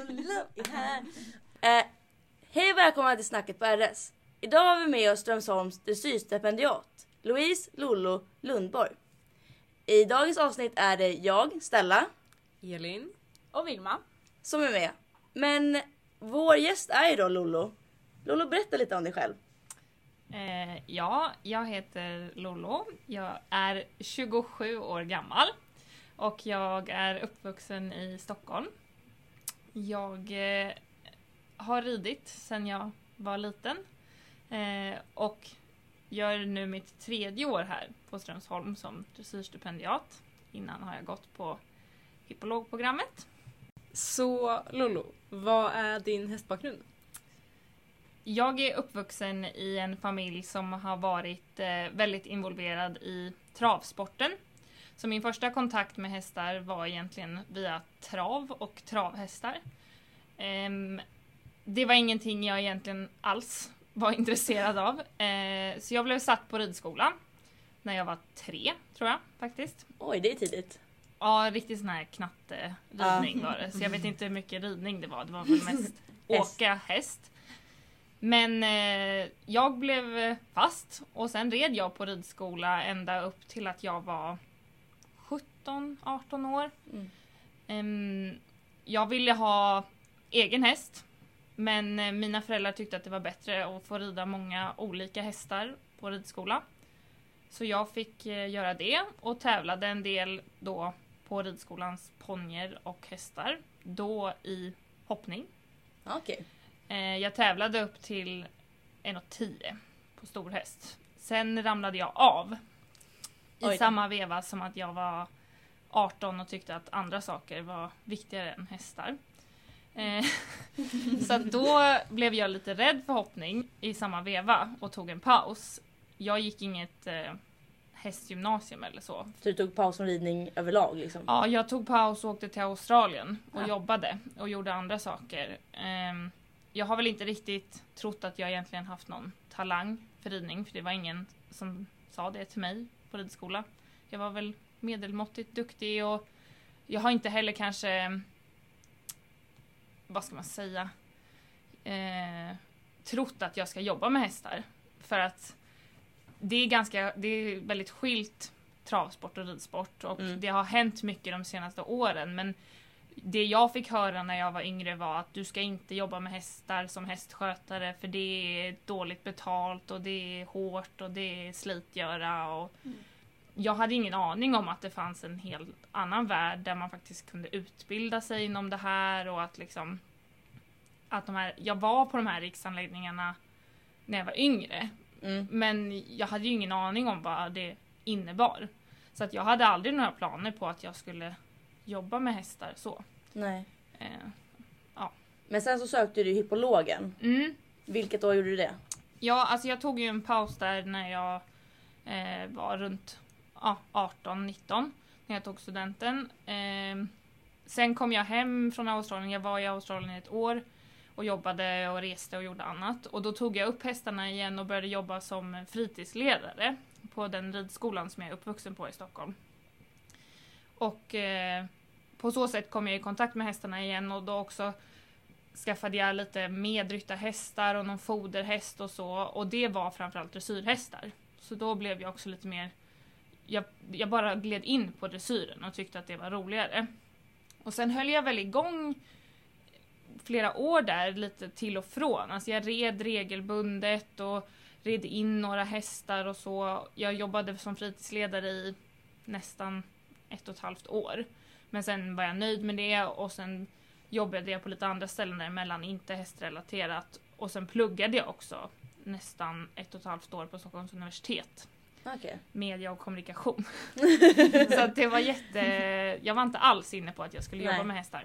Lollo är här. Hej och välkomna till Snacket på RS. Idag har vi med oss Strömsholms dressyrstipendiat Louise Lollo Lundborg. I dagens avsnitt är det jag, Stella, Elin och Vilma som är med. Men vår gäst är ju då Lollo. Lollo, berätta lite om dig själv. Ja, jag heter Lollo. Jag är 27 år gammal och jag är uppvuxen i Stockholm. Jag har ridit sedan jag var liten och gör nu mitt 3:e år här på Strömsholm som dressyrstipendiat. Innan har jag gått på hippologprogrammet. Så Lollo, vad är din hästbakgrund? Jag är uppvuxen i en familj som har varit väldigt involverad i travsporten. Så min första kontakt med hästar var egentligen via trav och travhästar. Det var ingenting jag egentligen alls var intresserad av. Så jag blev satt på ridskola när jag var 3, tror jag faktiskt. Oj, det är tidigt. Ja, riktigt sån här knatteridning var det. Så jag vet inte hur mycket ridning det var. Det var väl mest åka häst. Men jag blev fast och sen red jag på ridskola ända upp till att jag var 17-18 år. Jag ville ha egen häst, men mina föräldrar tyckte att det var bättre att få rida många olika hästar på ridskola. Så jag fick göra det och tävlade en del då på ridskolans ponjer och hästar. Då i hoppning. Okej. Jag tävlade upp till 1,10 på stor häst. Sen ramlade jag av i samma veva som att jag var 18 och tyckte att andra saker var viktigare än hästar. Så att då blev jag lite rädd för hoppning i samma veva och tog en paus. Jag gick inget hästgymnasium eller så. Så du tog paus från ridning överlag liksom? Ja, jag tog paus och åkte till Australien och jobbade och gjorde andra saker. Jag har väl inte riktigt trott att jag egentligen haft någon talang för ridning, för det var ingen som sa det till mig på ridskola. Jag var väl medelmåttigt duktig och jag har inte heller kanske, vad ska man säga, trott att jag ska jobba med hästar. För att det är väldigt skilt travsport och ridsport och det har hänt mycket de senaste åren, men det jag fick höra när jag var yngre var att du ska inte jobba med hästar som hästskötare för det är dåligt betalt och det är hårt och det är slitgöra. Och jag hade ingen aning om att det fanns en helt annan värld där man faktiskt kunde utbilda sig inom det här och att liksom jag var på de här riksanläggningarna när jag var yngre. Men jag hade ju ingen aning om vad det innebar. Så att jag hade aldrig några planer på att jag skulle jobba med hästar så. Nej. Ja. Men sen så sökte du hippologen. Vilket år gjorde du det? Ja, alltså jag tog ju en paus där när jag var runt 18-19 när jag tog studenten. Sen kom jag hem från Australien. Jag var i Australien i ett år och jobbade och reste och gjorde annat. Och då tog jag upp hästarna igen och började jobba som fritidsledare på den ridskolan som jag är uppvuxen på i Stockholm. Och på så sätt kom jag i kontakt med hästarna igen och då också skaffade jag lite medrytta hästar och någon foderhäst och så. Och det var framförallt dressyrhästar. Så då blev jag också lite mer, jag bara gled in på dressyren och tyckte att det var roligare. Och sen höll jag väl igång flera år där lite till och från. Alltså jag red regelbundet och red in några hästar och så. Jag jobbade som fritidsledare i nästan 1,5 år. Men sen var jag nöjd med det och sen jobbade jag på lite andra ställen däremellan, inte hästrelaterat. Och sen pluggade jag också nästan 1,5 år på Stockholms universitet. Okay. Media och kommunikation. Så att det var jag var inte alls inne på att jag skulle jobba med hästar.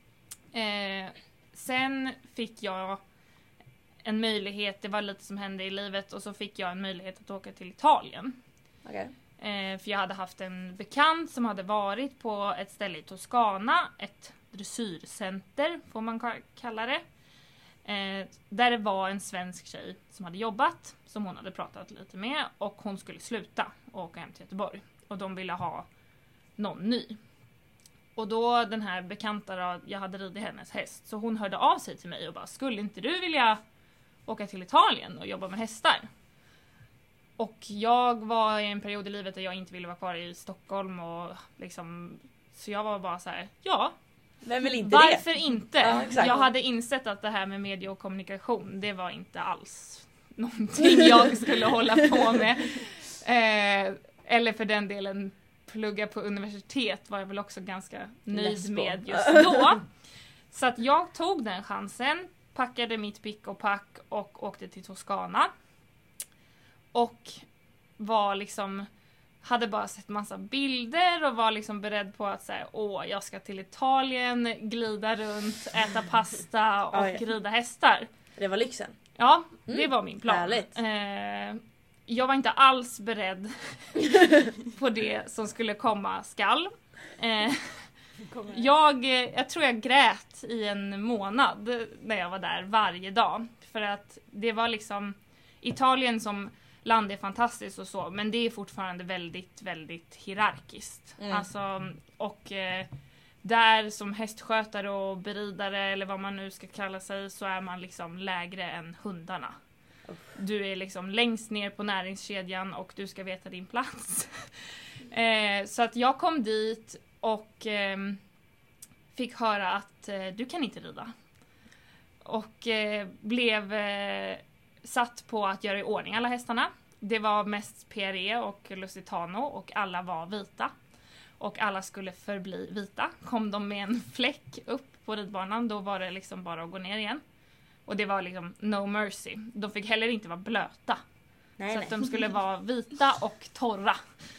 Sen fick jag en möjlighet, det var lite som hände i livet, och så fick jag en möjlighet att åka till Italien. Okay. För jag hade haft en bekant som hade varit på ett ställe i Toscana, ett dressyrcenter får man kalla det. Där det var en svensk tjej som hade jobbat, som hon hade pratat lite med, och hon skulle sluta och åka hem till Göteborg. Och de ville ha någon ny. Och då den här bekanta då, jag hade ridit hennes häst, så hon hörde av sig till mig och bara, skulle inte du vilja åka till Italien och jobba med hästar? Och jag var i en period i livet där jag inte ville vara kvar i Stockholm och liksom, så jag var bara så här: ja, Vem vill inte varför det? inte? Ja, exakt. Jag hade insett att det här med media och kommunikation, det var inte alls någonting jag skulle hålla på med. Eller för den delen plugga på universitet var jag väl också ganska nöjd med just då. Så att jag tog den chansen, packade mitt pick och pack och åkte till Toscana. Och var liksom, hade bara sett massa bilder och var liksom beredd på att säga, jag ska till Italien, glida runt, äta pasta och rida hästar. Det var lyxen. Ja, det var min plan. Härligt. Jag var inte alls beredd på det som skulle komma skall. Jag tror jag grät i en månad när jag var där varje dag. För att det var liksom, Italien som land är fantastiskt och så, men det är fortfarande väldigt, väldigt hierarkiskt. Alltså, och där som hästskötare och beridare eller vad man nu ska kalla sig, så är man liksom lägre än hundarna. Du är liksom längst ner på näringskedjan och du ska veta din plats. Så att jag kom dit och fick höra att du kan inte rida. Och blev satt på att göra i ordning alla hästarna. Det var mest PRE och Lusitano och alla var vita. Och alla skulle förbli vita. Kom de med en fläck upp på ridbanan, då var det liksom bara att gå ner igen. Och det var liksom no mercy. De fick heller inte vara blöta. Så att de skulle vara vita och torra.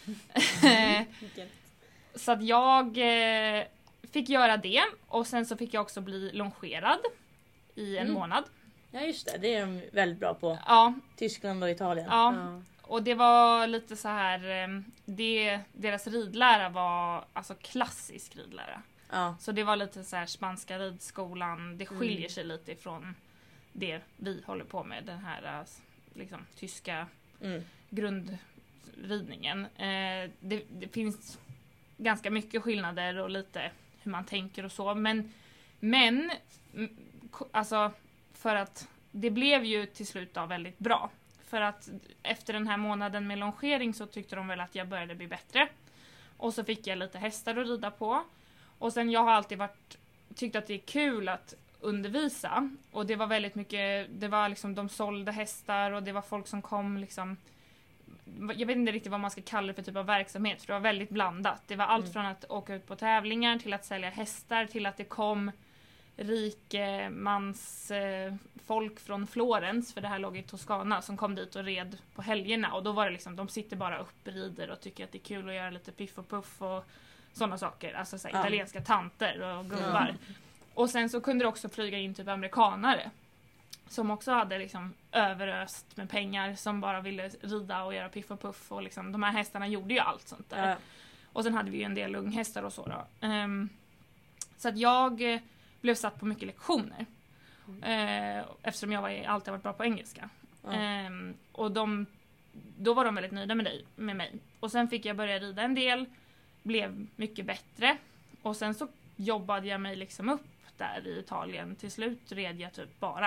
Så att jag fick göra det. Och sen så fick jag också bli longerad i en månad. Ja just det, det är de väldigt bra på. Ja. Tyskland och Italien. Ja. Och det var lite så här, deras ridlära var alltså klassisk ridlära. Ja. Så det var lite så här spanska ridskolan, det skiljer sig lite ifrån det vi håller på med, den här liksom tyska grundridningen. Det finns ganska mycket skillnader och lite hur man tänker och så, men alltså för att det blev ju till slut då väldigt bra. För att efter den här månaden med longering så tyckte de väl att jag började bli bättre. Och så fick jag lite hästar att rida på. Och sen jag har alltid tyckt att det är kul att undervisa. Och det var väldigt mycket, det var liksom de sålde hästar och det var folk som kom liksom, jag vet inte riktigt vad man ska kalla det för typ av verksamhet, för det var väldigt blandat. Det var allt från att åka ut på tävlingar till att sälja hästar till att det kom rikemans folk från Florens, för det här låg i Toscana, som kom dit och red på helgerna. Och då var det liksom, de sitter bara upp, rider och tycker att det är kul att göra lite piff och puff och sådana saker. Alltså så här, italienska tanter och gubbar. Och sen så kunde det också flyga in typ amerikanare som också hade liksom överöst med pengar, som bara ville rida och göra piff och puff. Och liksom, de här hästarna gjorde ju allt sånt där. Ja. Och sen hade vi ju en del unghästar och så då. Så att jag blev satt på mycket lektioner. Eftersom jag alltid varit bra på engelska. Och då var de väldigt nöjda med mig. Och sen fick jag börja rida en del. Blev mycket bättre. Och sen så jobbade jag mig liksom upp där i Italien. Till slut red jag typ bara.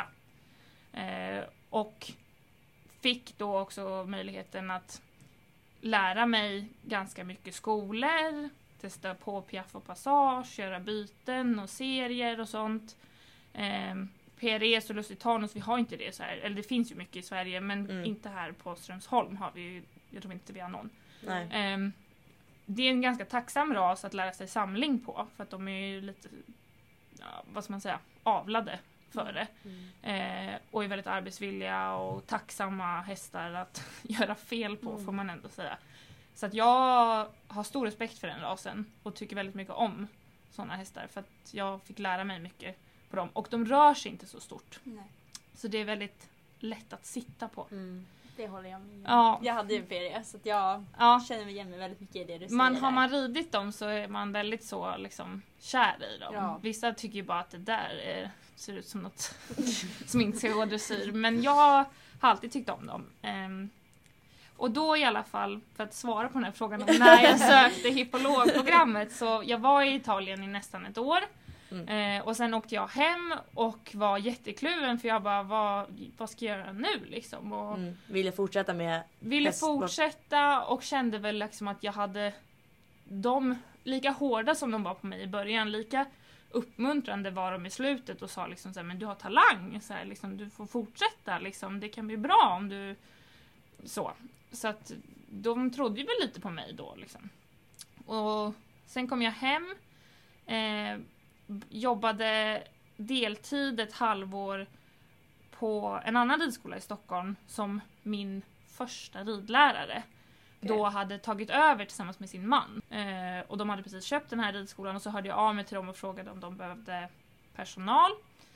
Och fick då också möjligheten att lära mig ganska mycket skolor. Testa på piaff och passage, göra byten och serier och sånt. PRS och Lusitanos, vi har inte det så här. Eller det finns ju mycket i Sverige, men inte här på Strömsholm har vi, jag tror inte vi har någon. Det är en ganska tacksam ras att lära sig samling på, för att de är ju lite, vad ska man säga, avlade för det. Och är väldigt arbetsvilliga och tacksamma hästar att göra fel på, får man ändå säga. Så att jag har stor respekt för den rasen och tycker väldigt mycket om sådana hästar, för att jag fick lära mig mycket på dem. Och de rör sig inte så stort. Nej. Så det är väldigt lätt att sitta på. Det håller jag med om. Ja. Jag hade ju ferie, så att jag känner mig igen med väldigt mycket i det du säger. Har man ridit dem så är man väldigt så liksom kär i dem. Ja. Vissa tycker ju bara att det där ser ut som något som inte ska gå dressyr. Men jag har alltid tyckt om dem. Och då i alla fall, för att svara på den här frågan om när jag sökte hippologprogrammet, så jag var i Italien i nästan ett år. Och sen åkte jag hem och var jättekluven, för jag bara, vad ska jag göra nu liksom? Och Ville fortsätta med fortsätta och kände väl liksom att jag hade de, lika hårda som de var på mig i början, lika uppmuntrande var de i slutet och sa liksom så här, men du har talang, så här, liksom, du får fortsätta liksom, det kan bli bra om du så att de trodde ju väl lite på mig då liksom. Och sen kom jag hem, jobbade deltid ett halvår på en annan ridskola i Stockholm som min första ridlärare då hade tagit över tillsammans med sin man. Och de hade precis köpt den här ridskolan, och så hörde jag av mig till dem och frågade om de behövde personal.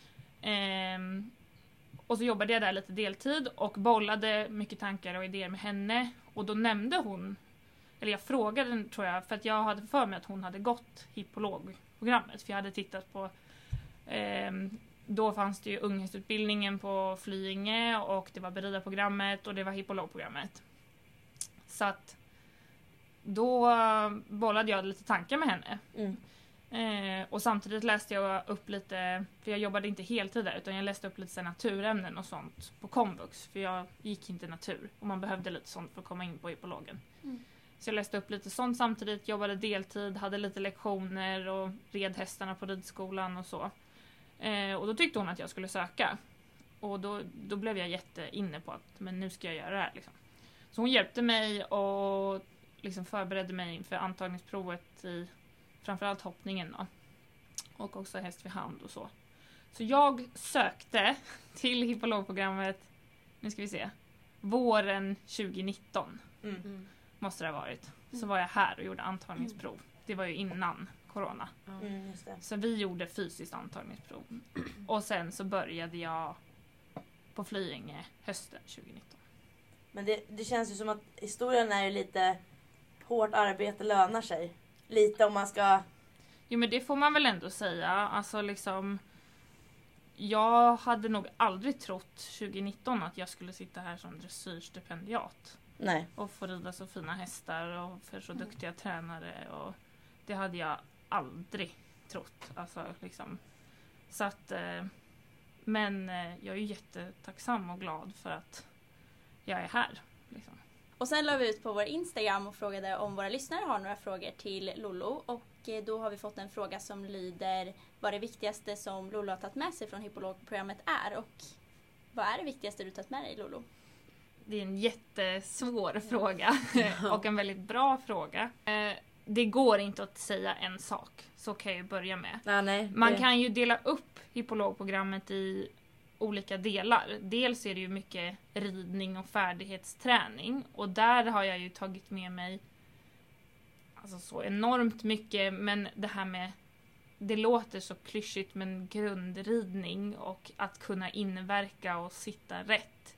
Och så jobbade jag där lite deltid och bollade mycket tankar och idéer med henne. Och då nämnde hon, eller jag frågade den tror jag, för att jag hade för mig att hon hade gått hippologprogrammet. För jag hade tittat på, då fanns det ju unghästutbildningen på Flyinge, och det var beridarprogrammet och det var hippologprogrammet. Så att då bollade jag lite tankar med henne. Och samtidigt läste jag upp lite, för jag jobbade inte heltid där, utan jag läste upp lite naturämnen och sånt på komvux, för jag gick inte natur och man behövde lite sånt för att komma in på hippologen. Så jag läste upp lite sånt samtidigt, jobbade deltid, hade lite lektioner och red hästarna på ridskolan och så. Och då tyckte hon att jag skulle söka. Och då blev jag jätteinne på att men nu ska jag göra det här liksom. Så hon hjälpte mig och liksom förberedde mig för antagningsprovet i framförallt hoppningen då. Och också häst vid hand och så. Så jag sökte till hippologprogrammet, nu ska vi se, våren 2019 måste det ha varit. Så var jag här och gjorde antagningsprov. Det var ju innan corona. Just det. Så vi gjorde fysiskt antagningsprov. Och sen så började jag på Flyinge hösten 2019. Men det känns ju som att historien är ju lite hårt arbete lönar sig. Lite om man ska... Jo, men det får man väl ändå säga. Alltså liksom, jag hade nog aldrig trott 2019 att jag skulle sitta här som dressyrstipendiat. Nej. Och få rida så fina hästar och för så duktiga tränare. Och det hade jag aldrig trott. Alltså liksom. Så att, men jag är ju jättetacksam och glad för att jag är här. Liksom. Och sen la vi ut på vår Instagram och frågade om våra lyssnare har några frågor till Lollo. Och då har vi fått en fråga som lyder: vad det viktigaste som Lollo har tagit med sig från hippologprogrammet är? Och vad är det viktigaste du tagit med dig, Lollo? Det är en jättesvår fråga och en väldigt bra fråga. Det går inte att säga en sak, så kan jag ju börja med. Man kan ju dela upp hippologprogrammet i olika delar. Dels är det ju mycket ridning och färdighetsträning, och där har jag ju tagit med mig alltså så enormt mycket, men det här med, det låter så klyschigt, men grundridning och att kunna inverka och sitta rätt.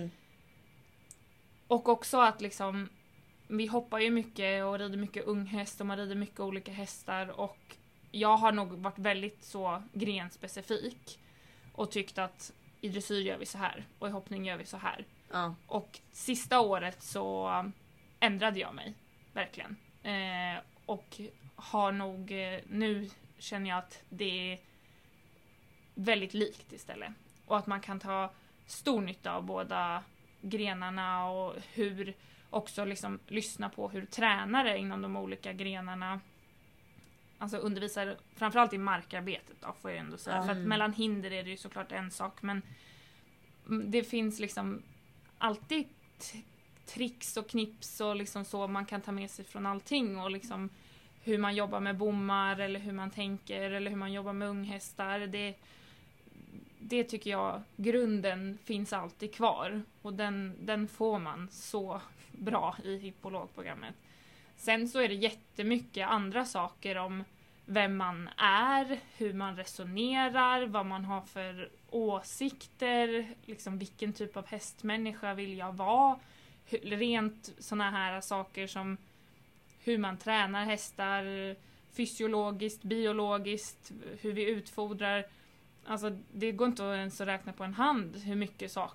Och också att liksom, vi hoppar ju mycket och rider mycket unghäst och man rider mycket olika hästar, och jag har nog varit väldigt så grenspecifik och tyckt att i dressyr gör vi så här och i hoppning gör vi så här. Och sista året så ändrade jag mig verkligen. Och har nog, nu känner jag att det är väldigt likt istället. Och att man kan ta stor nytta av båda grenarna, och hur också liksom lyssna på hur tränare inom de olika grenarna alltså undervisar, framförallt i markarbetet då, får jag ändå säga. För att mellan hinder är det ju såklart en sak, men det finns liksom alltid tricks och knips och liksom så man kan ta med sig från allting, och liksom hur man jobbar med bommar eller hur man tänker eller hur man jobbar med unghästar. Det tycker jag, grunden finns alltid kvar, och den får man så bra i hippologprogrammet. Sen så är det jättemycket andra saker om vem man är, hur man resonerar, vad man har för åsikter, liksom vilken typ av hästmänniska vill jag vara. Rent såna här saker som hur man tränar hästar, fysiologiskt, biologiskt, hur vi utfodrar. Alltså det går inte ens att räkna på en hand hur mycket saker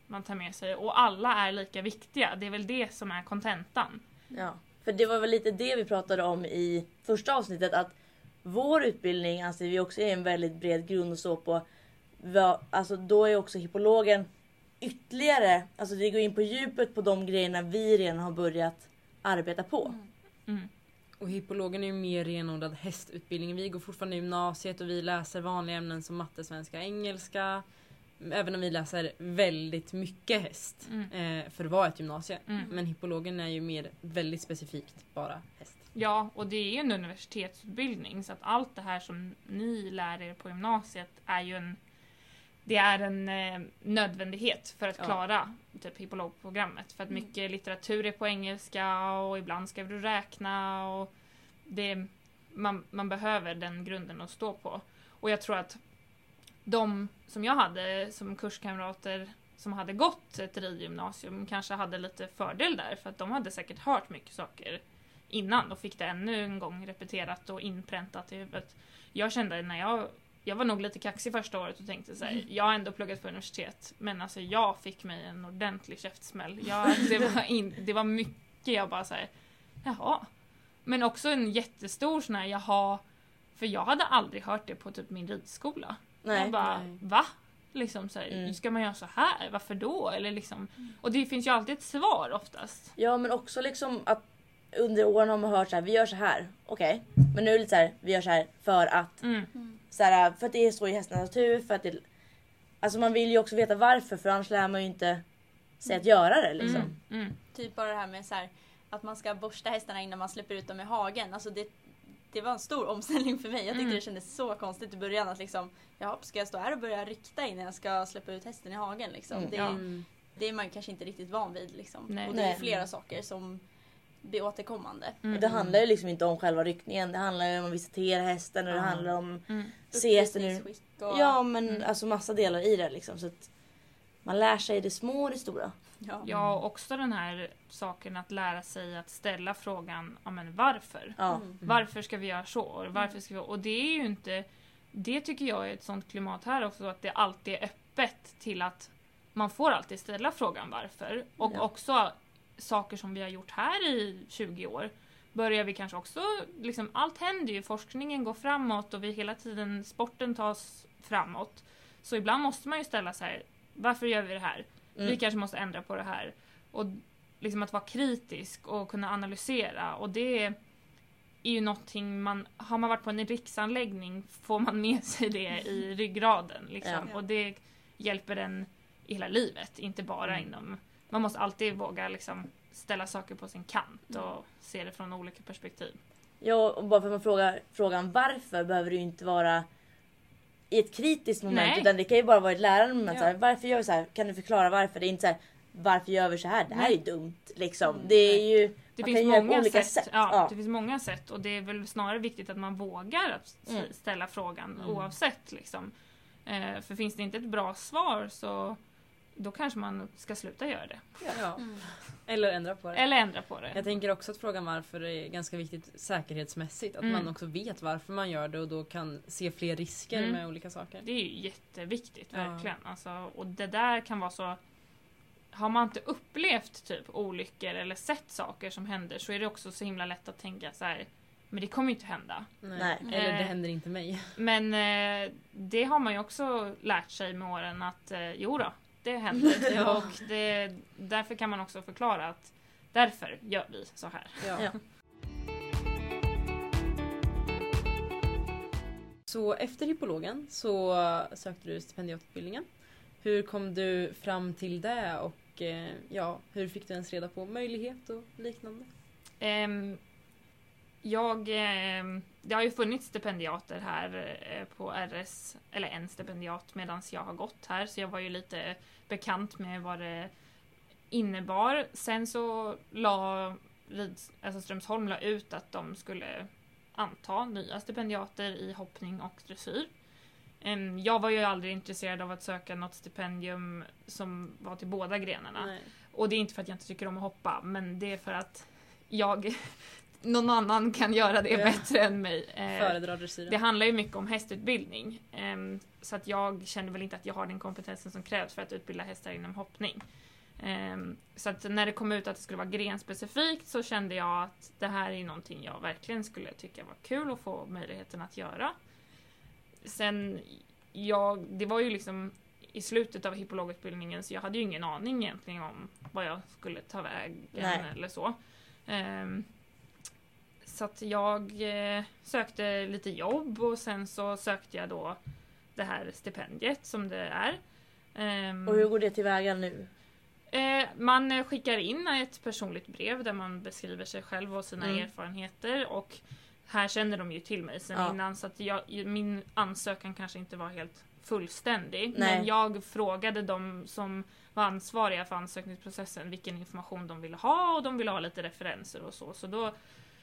man tar med sig. Och alla är lika viktiga. Det är väl det som är kontentan. Ja, för det var väl lite det vi pratade om i första avsnittet. Att vår utbildning anser vi också är en väldigt bred grund att stå på. Alltså då är också hippologen ytterligare, alltså det går in på djupet på de grejerna vi redan har börjat arbeta på. Mm. Och hippologen är ju mer renodlad hästutbildning. Vi går fortfarande i gymnasiet och vi läser vanliga ämnen som matte, svenska, engelska. Även om vi läser väldigt mycket häst för att vara ett gymnasie. Men hippologen är ju mer väldigt specifikt bara häst. Ja, och det är ju en universitetsutbildning så att allt det här som ni lär er på gymnasiet är ju en nödvändighet för att klara typ hippologprogrammet. För att mycket litteratur är på engelska och ibland ska du räkna och man behöver den grunden att stå på. Och jag tror att de som jag hade som kurskamrater som hade gått ett ridgymnasium kanske hade lite fördel där för att de hade säkert hört mycket saker innan och fick det ännu en gång repeterat och inpräntat i huvudet. Jag kände när jag var nog lite kaxig första året och tänkte så här, jag har ändå pluggat på universitet men alltså jag fick mig en ordentlig käftsmäll. Det var mycket jag bara så här, jaha. Men också en jättestor sån här, jaha, för jag hade aldrig hört det på typ min ridskola. Nej. Jag bara, va? Liksom så här, ska man göra så här? Varför då? Eller liksom, och det finns ju alltid ett svar oftast. Ja, men också liksom att under åren har man hört så här, vi gör så här. Okej. Men nu är det lite så här, vi gör så här för att så här, för att det står i hästarnas natur, för att det, alltså man vill ju också veta varför, för annars lär man ju inte sig att göra det liksom. Typ bara det här med så här, att man ska borsta hästarna innan man släpper ut dem i hagen. Alltså det var en stor omställning för mig. Jag tyckte det kändes så konstigt i början att liksom, jaha, ska jag stå här och börja rykta innan jag ska släppa ut hästen i hagen liksom. Det är man kanske inte riktigt van vid liksom. Nej. Och det är flera saker som blir återkommande. Och det handlar ju liksom inte om själva ryckningen. Det handlar ju om att visitera hästen och det handlar om se hästen ur. Ja, men alltså massa delar i det liksom. Så att man lär sig det små och det stora. Ja, och också den här saken att lära sig att ställa frågan, ja men varför? Varför ska vi göra så? Varför ska vi... Och det är ju inte... Det tycker jag är ett sånt klimat här också, att det alltid är öppet till att man får alltid ställa frågan varför. Och också saker som vi har gjort här i 20 år börjar vi kanske också, liksom, allt händer ju, forskningen går framåt och vi hela tiden, sporten tas framåt. Så ibland måste man ju ställa så här, varför gör vi det här? Vi kanske måste ändra på det här. Och liksom att vara kritisk och kunna analysera. Och det är ju någonting har man varit på en riksanläggning får man med sig det i ryggraden. Liksom. Och det hjälper en i hela livet, inte bara inom... Man måste alltid våga liksom ställa saker på sin kant och se det från olika perspektiv. Ja, och bara för att man frågar frågan varför behöver det ju inte vara i ett kritiskt moment. Nej. Utan det kan ju bara vara ett lärande moment. Så här, varför gör vi så här? Kan du förklara varför? Det är inte så här, varför gör vi så här? Det här är ju dumt. Liksom. Det är ju... Det finns många sätt. Ja, det finns många sätt. Och det är väl snarare viktigt att man vågar att ställa frågan oavsett. Liksom. För finns det inte ett bra svar så då kanske man ska sluta göra det. Ja. Eller ändra på det. Eller ändra på det. Jag tänker också att frågan varför är ganska viktigt säkerhetsmässigt. Att man också vet varför man gör det och då kan se fler risker med olika saker. Det är ju jätteviktigt, verkligen. Alltså, och det där kan vara så... Har man inte upplevt typ olyckor eller sett saker som händer så är det också så himla lätt att tänka så här, men det kommer ju inte hända. Nej. Eller det händer inte mig. Men det har man ju också lärt sig med åren att jo då, det händer. Och därför kan man också förklara att därför gör vi så här. Ja. Så efter hippologen så sökte du stipendiatutbildningen. Hur kom du fram till det och hur fick du ens reda på möjlighet och liknande? Det har ju funnits stipendiater här på RS, eller en stipendiat medan jag har gått här, så jag var ju lite bekant med vad det innebar. Sen så Strömsholm la ut att de skulle anta nya stipendiater i hoppning och dressyr. Jag var ju aldrig intresserad av att söka något stipendium som var till båda grenarna. Nej. Och det är inte för att jag inte tycker om att hoppa, men det är för att någon annan kan göra det bättre än mig. Föredrar dressyren. Det handlar ju mycket om hästutbildning. Så att jag kände väl inte att jag har den kompetensen som krävs för att utbilda hästar inom hoppning. Så att när det kom ut att det skulle vara grenspecifikt så kände jag att det här är någonting jag verkligen skulle tycka var kul att få möjligheten att göra. Sen, det var ju liksom i slutet av hippologutbildningen så jag hade ju ingen aning egentligen om vad jag skulle ta vägen eller så. Så att jag sökte lite jobb och sen så sökte jag då det här stipendiet som det är. Och hur går det tillväga nu? Man skickar in ett personligt brev där man beskriver sig själv och sina erfarenheter och här känner de ju till mig sen innan så att min ansökan kanske inte var helt fullständig. Nej. Men jag frågade de som var ansvariga för ansökningsprocessen vilken information de ville ha och de ville ha lite referenser och så. Så då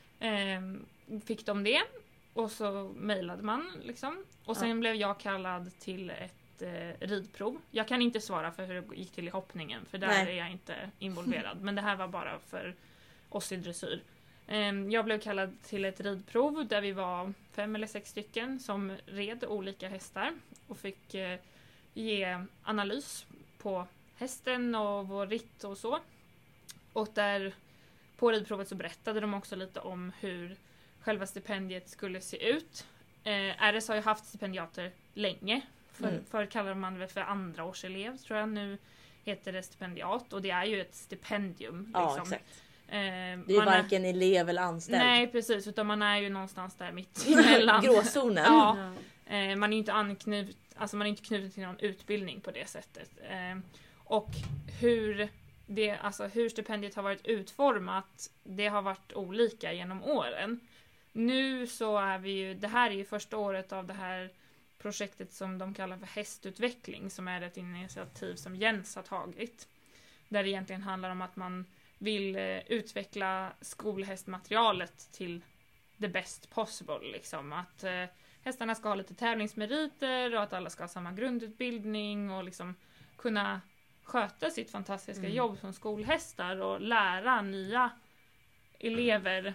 fick de det och så mejlade man liksom. Och sen blev jag kallad till ett ridprov. Jag kan inte svara för hur det gick till i hoppningen för där är jag inte involverad. Men det här var bara för oss i dressyr. Jag blev kallad till ett ridprov där vi var 5 eller 6 stycken som red olika hästar och fick ge analys på hästen och vår ritt och så. Och där på ridprovet så berättade de också lite om hur själva stipendiet skulle se ut. RS har ju haft stipendiater länge. Förr kallade man det för andraårselev tror jag. Nu heter det stipendiat och det är ju ett stipendium. Ja, liksom. exakt. Det är ju varken elev eller anställd. Nej, precis. Utan man är ju någonstans där mitt emellan. Gråzonen. Ja. Man är inte man är inte knuten till någon utbildning på det sättet. Och hur stipendiet har varit utformat, det har varit olika genom åren. Nu så är det här är ju första året av det här projektet som de kallar för hästutveckling, som är ett initiativ som Jens har tagit. Där det egentligen handlar om att man vill utveckla skolhästmaterialet till the best possible. Liksom. Att hästarna ska ha lite tävlingsmeriter och att alla ska ha samma grundutbildning och liksom kunna sköta sitt fantastiska jobb som skolhästar och lära nya elever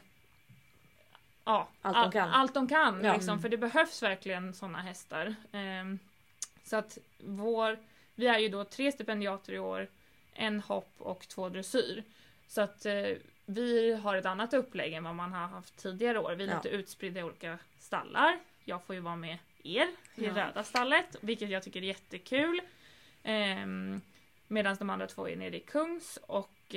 allt de kan Ja. liksom, för det behövs verkligen såna hästar. Så att vi är ju då 3 stipendiater i år, 1 hopp och 2 dressyr. Så att vi har ett annat upplägg än vad man har haft tidigare år. Vi är lite utspridda i olika stallar. Jag får ju vara med er i röda stallet, vilket jag tycker är jättekul. Medan de andra 2 är nere i Kungs och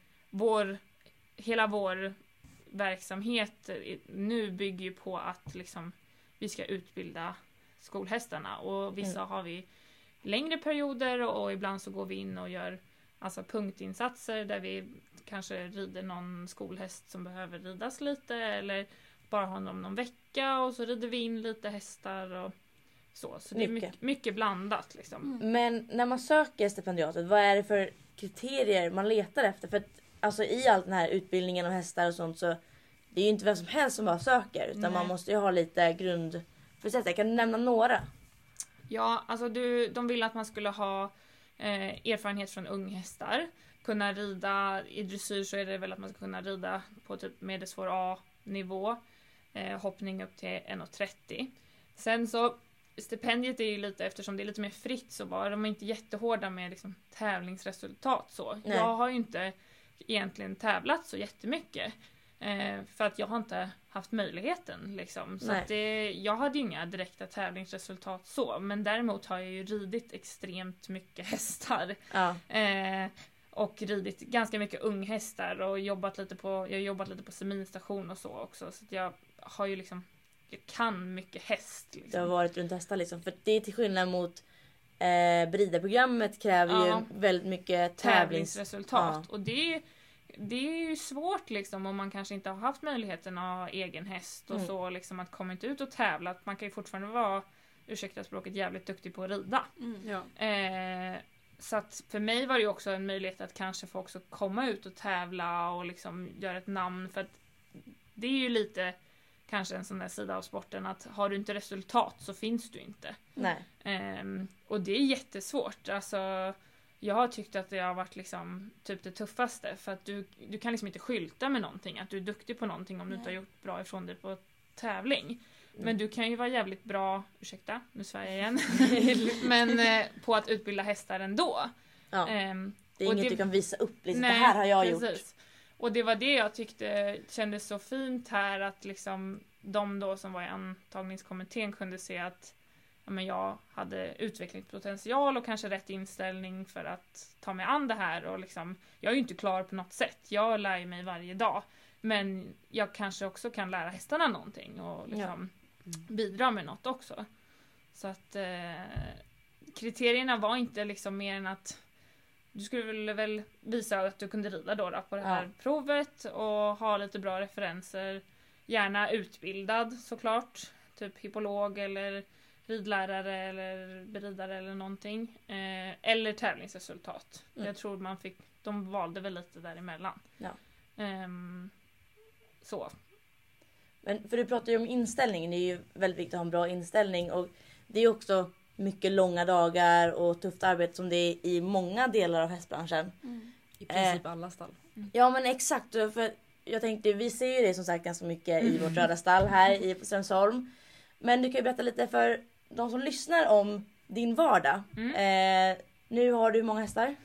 hela vår verksamhet nu bygger ju på att liksom, vi ska utbilda skolhästarna och vissa har vi längre perioder och ibland så går vi in och gör punktinsatser där vi kanske rider någon skolhäst som behöver ridas lite eller bara ha honom någon vecka och så rider vi in lite hästar och så det är mycket blandat liksom. Men när man söker stipendiatet, vad är det för kriterier man letar efter? För att i all den här utbildningen av hästar och sånt så det är ju inte vem som helst som bara söker utan man måste ju ha lite grundförutsättningar. Kan du nämna några? Ja, de vill att man skulle ha erfarenhet från unghästar. Kunna rida i dressyr så är det väl att man ska kunna rida på typ medelsvår A-nivå. Hoppning upp till 1,30. Sen så stipendiet är ju lite, eftersom det är lite mer fritt så var de inte jättehårda med liksom, tävlingsresultat så. Nej. Jag har ju inte egentligen tävlat så jättemycket. För att jag har inte haft möjligheten liksom. Så att jag hade ju inga direkta tävlingsresultat så. Men däremot har jag ju ridit extremt mycket hästar. Ja. Och ridit ganska mycket unghästar och jag har jobbat lite på seminstation och så också. Så att jag har ju liksom, jag kan mycket häst. Liksom. Du har varit runt hästar liksom. För det är till skillnad mot Brida-programmet kräver ju väldigt mycket tävlingsresultat. Och det är ju svårt liksom om man kanske inte har haft möjligheten att ha egen häst och så liksom att komma inte ut och tävla. Att man kan ju fortfarande vara, ursäkta språket, jävligt duktig på att rida. Så att för mig var det ju också en möjlighet att kanske få också komma ut och tävla och liksom göra ett namn. För att det är ju lite kanske en sån där sida av sporten att har du inte resultat så finns du inte. Nej. Och det är jättesvårt. Alltså, jag har tyckt att det har varit liksom typ det tuffaste. För att du kan liksom inte skylta med någonting. Att du är duktig på någonting om du inte har gjort bra ifrån dig på tävling. Men du kan ju vara jävligt bra, ursäkta, nu svär jag igen. Men på att utbilda hästar ändå. Ja. Det är inget du kan visa upp. Liksom, nej, det här har jag gjort. Och det var det jag tyckte kändes så fint här. Att liksom de då som var i antagningskommittén kunde se att men jag hade utvecklingspotential och kanske rätt inställning för att ta mig an det här. Och liksom, jag är ju inte klar på något sätt. Jag lär mig varje dag. Men jag kanske också kan lära hästarna någonting och liksom bidra med något också. Så att kriterierna var inte liksom mer än att du skulle väl visa att du kunde rida då på det här provet och ha lite bra referenser. Gärna utbildad såklart. Typ hippolog eller ridlärare eller beridare eller någonting. Eller tävlingsresultat. Jag tror de valde väl lite däremellan. Ja. Så. Men för du pratar ju om inställningen. Det är ju väldigt viktigt att ha en bra inställning. Och det är också mycket långa dagar och tufft arbete som det är i många delar av hästbranschen. I princip alla stall. Ja men exakt. För jag tänkte, vi ser ju det som sagt ganska mycket i vårt röda stall här i Strömsholm. Men du kan ju berätta lite för de som lyssnar om din vardag. Nu har du hur många hästar?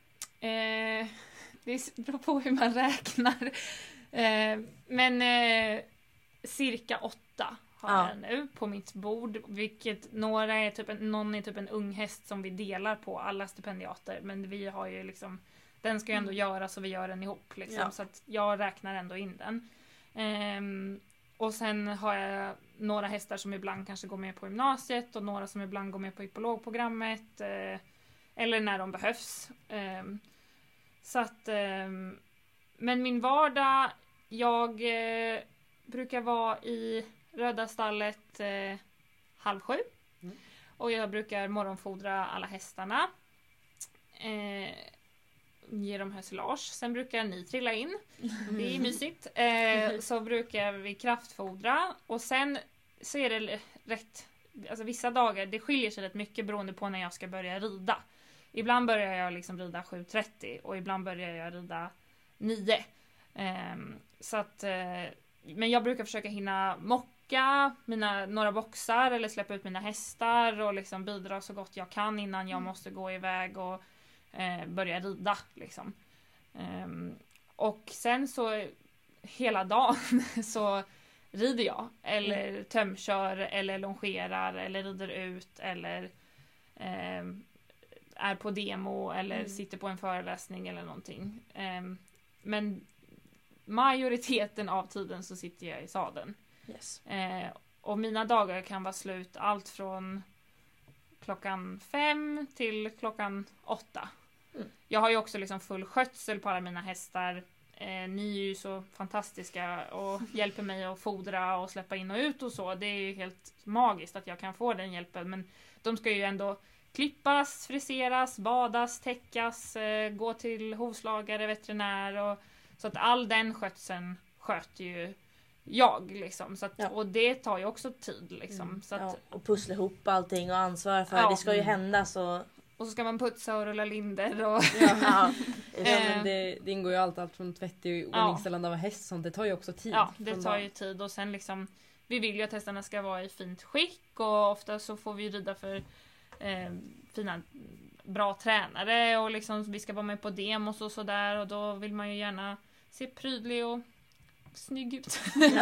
Det beror på hur man räknar. Men cirka 8 har jag nu på mitt bord. Vilket någon är typ en ung häst som vi delar på alla stipendiater. Men vi har ju liksom, den ska ju ändå göra så vi gör den ihop. Liksom, så att jag räknar ändå in den. Och sen har jag några hästar som ibland kanske går med på gymnasiet. Och några som ibland går med på hippologprogrammet. Eller när de behövs. Så att, men min vardag, jag brukar vara i Röda stallet 6:30. Och jag brukar morgonfodra alla hästarna. Ge dem hösilage. Sen brukar ni trilla in. Det är mysigt. Så brukar vi kraftfodra. Och sen så är det rätt, alltså vissa dagar, det skiljer sig rätt mycket beroende på när jag ska börja rida. Ibland börjar jag liksom rida 7:30 och ibland börjar jag rida 9. Så att, men jag brukar försöka hinna mocka några boxar eller släppa ut mina hästar och liksom bidra så gott jag kan innan jag måste gå iväg och börja rida. Liksom. Och sen så hela dagen så rider jag eller tömkör eller longerar eller rider ut eller är på demo eller sitter på en föreläsning eller någonting. Men majoriteten av tiden så sitter jag i sadeln. Yes. Och mina dagar kan vara slut allt från 5:00 till 8:00. Jag har ju också liksom full skötsel på alla mina hästar. Ni är ju så fantastiska och hjälper mig att fodra och släppa in och ut och så. Det är ju helt magiskt att jag kan få den hjälpen. Men de ska ju ändå klippas, friseras, badas, täckas, gå till hovslagare, veterinär och så att all den skötseln sköter ju jag liksom. Så att, och det tar ju också tid liksom. Så att, och pussla ihop allting och ansvara för det ska ju hända så. Och så ska man putsa och rulla linder och men det ingår ju allt från tvätt och ordningställande av häst sånt. Det tar ju också tid. Ja, det tar ju tid och sen liksom vi vill ju att hästarna ska vara i fint skick och ofta så får vi rida för fina bra tränare och liksom vi ska vara med på demos och sådär och då vill man ju gärna se prydlig och snygg ut.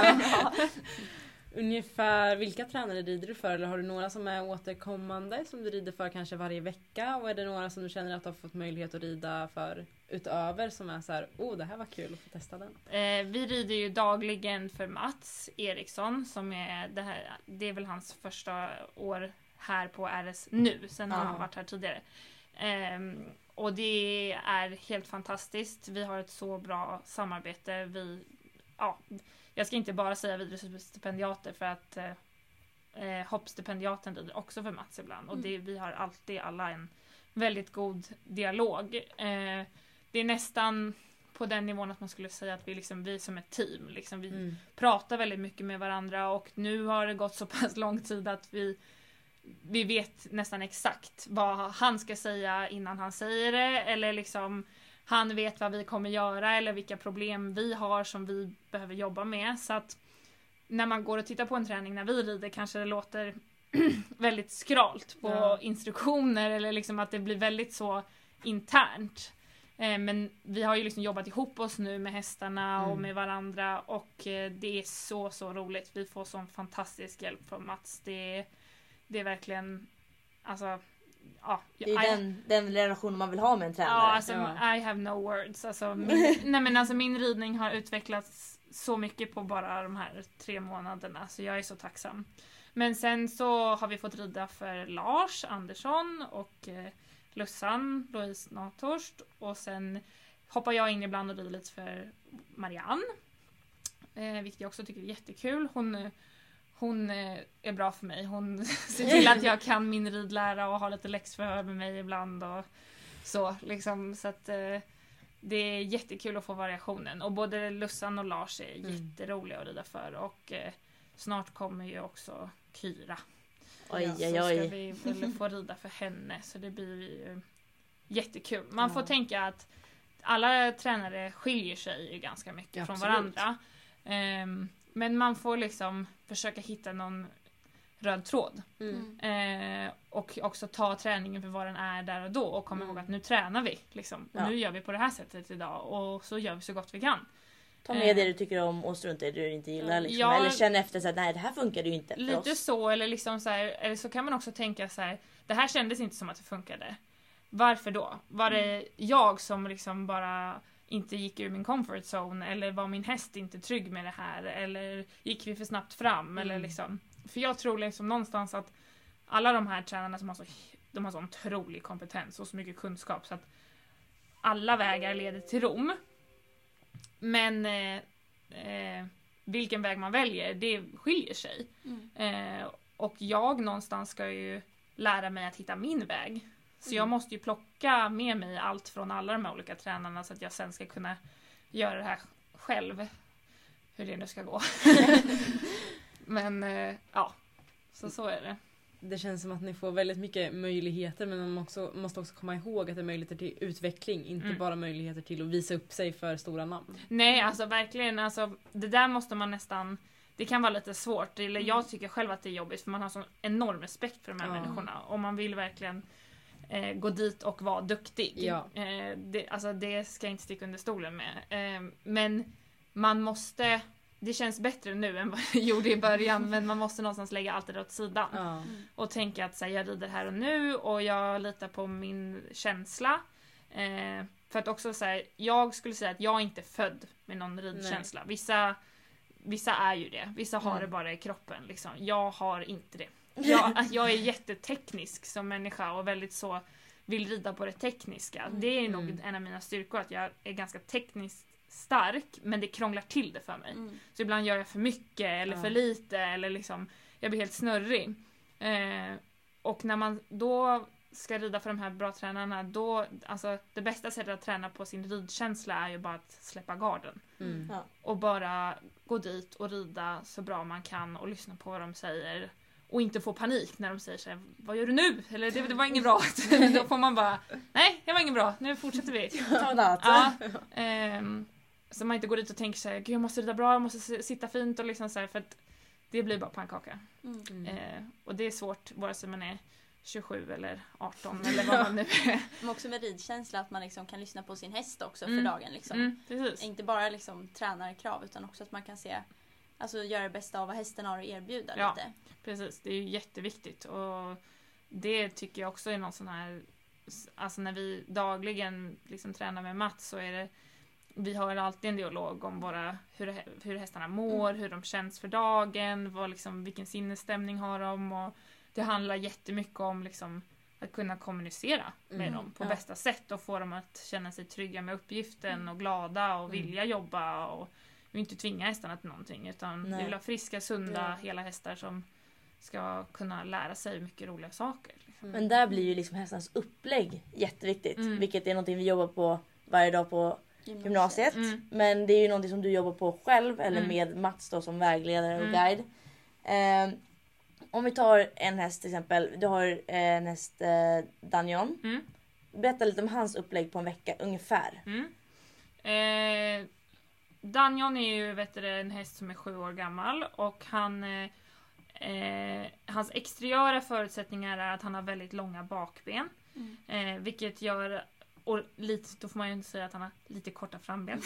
Ungefär vilka tränare rider du för? Eller har du några som är återkommande som du rider för kanske varje vecka? Och är det några som du känner att du har fått möjlighet att rida för utöver som är så här, det här var kul att få testa den? Vi rider ju dagligen för Mats Eriksson som är det är väl hans första år här på RS nu. Sen har han varit här tidigare. Och det är helt fantastiskt. Vi har ett så bra samarbete. Jag ska inte bara säga vidare stipendiater för att hoppstipendiaten rider också för Mats ibland. Och vi har alltid alla en väldigt god dialog. Det är nästan på den nivån att man skulle säga att vi som ett team. Liksom, vi pratar väldigt mycket med varandra och nu har det gått så pass lång tid att vi vi vet nästan exakt vad han ska säga innan han säger det, eller liksom han vet vad vi kommer göra eller vilka problem vi har som vi behöver jobba med. Så att när man går och tittar på en träning när vi rider kanske det låter väldigt skralt på instruktioner, eller liksom att det blir väldigt så internt. Men vi har ju liksom jobbat ihop oss nu med hästarna och med varandra, och det är så roligt. Vi får sån fantastisk hjälp från Mats. Det är verkligen, alltså, ja. Det är den relationen man vill ha med en tränare. Ja, alltså, I have no words. Alltså, min ridning har utvecklats så mycket på bara de här 3 månaderna, så jag är så tacksam. Men sen så har vi fått rida för Lars Andersson och Lussan, Louise Nathorst, och sen hoppar jag in ibland och rider lite för Marianne, vilket jag också tycker är jättekul. Hon är bra för mig. Hon ser till att jag kan min ridlära och har lite läxförhör med mig ibland och så liksom, så att det är jättekul att få variationen, och både Lussan och Lars är jätteroliga att rida för, och snart kommer ju också Kyra. Oj. Så ska vi väl få rida för henne, så det blir ju jättekul. Man får tänka att alla tränare skiljer sig ju ganska mycket från varandra. Men man får liksom försöka hitta någon röd tråd. Och också ta träningen för vad den är där och då, och komma ihåg att nu tränar vi liksom. Och nu gör vi på det här sättet idag, och så gör vi så gott vi kan. Ta med det du tycker om och strunta i det du inte gillar. Liksom. Ja, eller känna efter så att nej, det här funkar ju inte för lite oss. så, eller liksom så här, eller så kan man också tänka så här: det här kändes inte som att det funkade. Varför då? Var det jag som liksom bara inte gick ur min comfort zone, eller var min häst inte trygg med det här, eller gick vi för snabbt fram, eller liksom. För jag tror liksom någonstans att alla de här tränarna som de har så otrolig kompetens och så mycket kunskap, så att alla vägar leder till Rom. Men vilken väg man väljer, det skiljer sig. Och jag någonstans ska ju lära mig att hitta min väg. Så jag måste ju plocka med mig allt från alla de här olika tränarna, så att jag sen ska kunna göra det här själv. Hur det nu ska gå. Men ja, så är det. Det känns som att ni får väldigt mycket möjligheter, men man måste också komma ihåg att det är möjligheter till utveckling, inte bara möjligheter till att visa upp sig för stora namn. Nej, alltså verkligen, alltså, det där måste man nästan, det kan vara lite svårt, eller jag tycker själv att det är jobbigt, för man har sån enorm respekt för de här människorna, och man vill verkligen gå dit och vara duktig. Det ska jag inte sticka under stolen med. Men man måste, det känns bättre nu än vad det gjorde i början, men man måste någonstans lägga allt det åt sidan. Och tänka att så, jag rider här och nu, och jag litar på min känsla. För att också säga, jag skulle säga att jag inte är född med någon ridkänsla. Vissa är ju det. Vissa har det bara i kroppen. Liksom. Jag har inte det. Jag är jätteteknisk som människa, och väldigt så vill rida på det tekniska. Det är nog en av mina styrkor, att jag är ganska tekniskt stark, men det krånglar till det för mig. Så ibland gör jag för mycket eller för lite, eller liksom jag blir helt snurrig. Och när man då ska rida för de här bra tränarna, då, alltså det bästa sättet att träna på sin ridkänsla är ju bara att släppa garden. Och bara gå dit och rida så bra man kan, och lyssna på vad de säger. Och inte få panik när de säger så här: vad gör du nu? Eller det var inget bra. Då får man bara, nej, det var inget bra, nu fortsätter vi. Så man inte går dit och tänker så här: gud, jag måste rida bra, jag måste sitta fint, och liksom så här, för att det blir bara pannkaka. Och det är svårt, vare sig man är 27 eller 18 eller vad man nu är. Men också med ridkänsla, att man liksom kan lyssna på sin häst också för dagen. Liksom. Inte bara liksom tränarkrav, utan också att man kan se, alltså göra det bästa av vad hästen har att erbjuda lite. Precis, det är ju jätteviktigt, och det tycker jag också är någon sån här, alltså när vi dagligen liksom tränar med Mats, så är det, vi har alltid en dialog om hur hästarna mår, hur de känns för dagen, vilken sinnesstämning har de, och det handlar jättemycket om liksom att kunna kommunicera med dem på bästa sätt, och få dem att känna sig trygga med uppgiften och glada och vilja jobba, och vi inte tvinga hästarna till någonting, utan vi vill ha friska, sunda, hela hästar som ska kunna lära sig mycket roliga saker. Liksom. Men där blir ju liksom hästens upplägg jätteviktigt, vilket är någonting vi jobbar på varje dag på gymnasiet. Men det är ju någonting som du jobbar på själv, eller med Mats då som vägledare och guide. Om vi tar en häst till exempel. Du har en häst Danjon. Berätta lite om hans upplägg på en vecka ungefär. Danjon är ju en häst som är 7 år gammal och hans exteriöra förutsättningar är att han har väldigt långa bakben. Vilket gör, och lite, då får man ju inte säga att han har lite korta framben.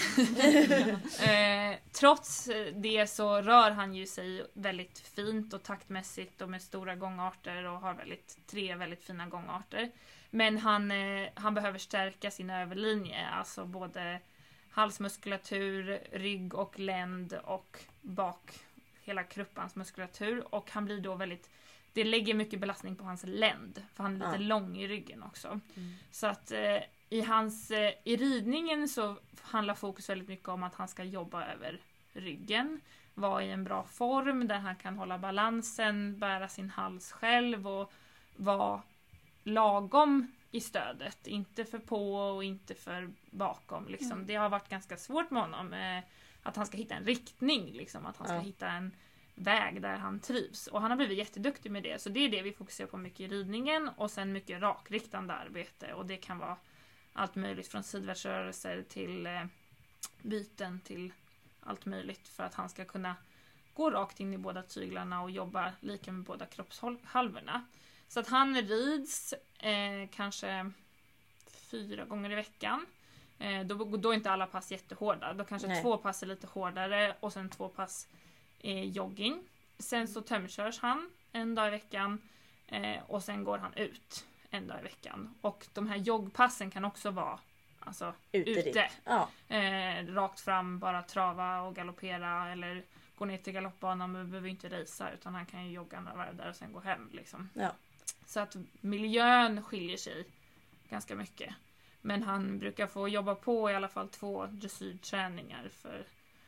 Trots det så rör han ju sig väldigt fint och taktmässigt och med stora gångarter och har 3 väldigt fina gångarter. Men han behöver stärka sin överlinje, alltså både halsmuskulatur, rygg och länd och bak hela kruppans muskulatur. Och han blir då det lägger mycket belastning på hans länd, för han är lite lång i ryggen också. Så att i ridningen så handlar fokus väldigt mycket om att han ska jobba över ryggen, vara i en bra form där han kan hålla balansen, bära sin hals själv och vara lagom i stödet, inte för på och inte för bakom liksom. Det har varit ganska svårt med honom att han ska hitta en riktning liksom, att han ska hitta en väg där han trivs, och han har blivit jätteduktig med det, så det är det vi fokuserar på mycket i ridningen, och sen mycket rakriktande arbete, och det kan vara allt möjligt från sidvärtsrörelser till byten till allt möjligt för att han ska kunna gå rakt in i båda tyglarna och jobba lika med båda kroppshalvorna. Så att han rids kanske 4 gånger i veckan. Då är inte alla pass jättehårda. Då kanske 2 pass är lite hårdare och sen 2 pass jogging. Sen så tömkörs han en dag i veckan och sen går han ut en dag i veckan. Och de här joggpassen kan också vara ute. Rakt fram, bara trava och galoppera eller gå ner till galoppbanan, men behöver inte racea, utan han kan ju jogga några varv där och sen gå hem liksom. Så att miljön skiljer sig ganska mycket. Men han brukar få jobba på i alla fall 2 dressyrträningar för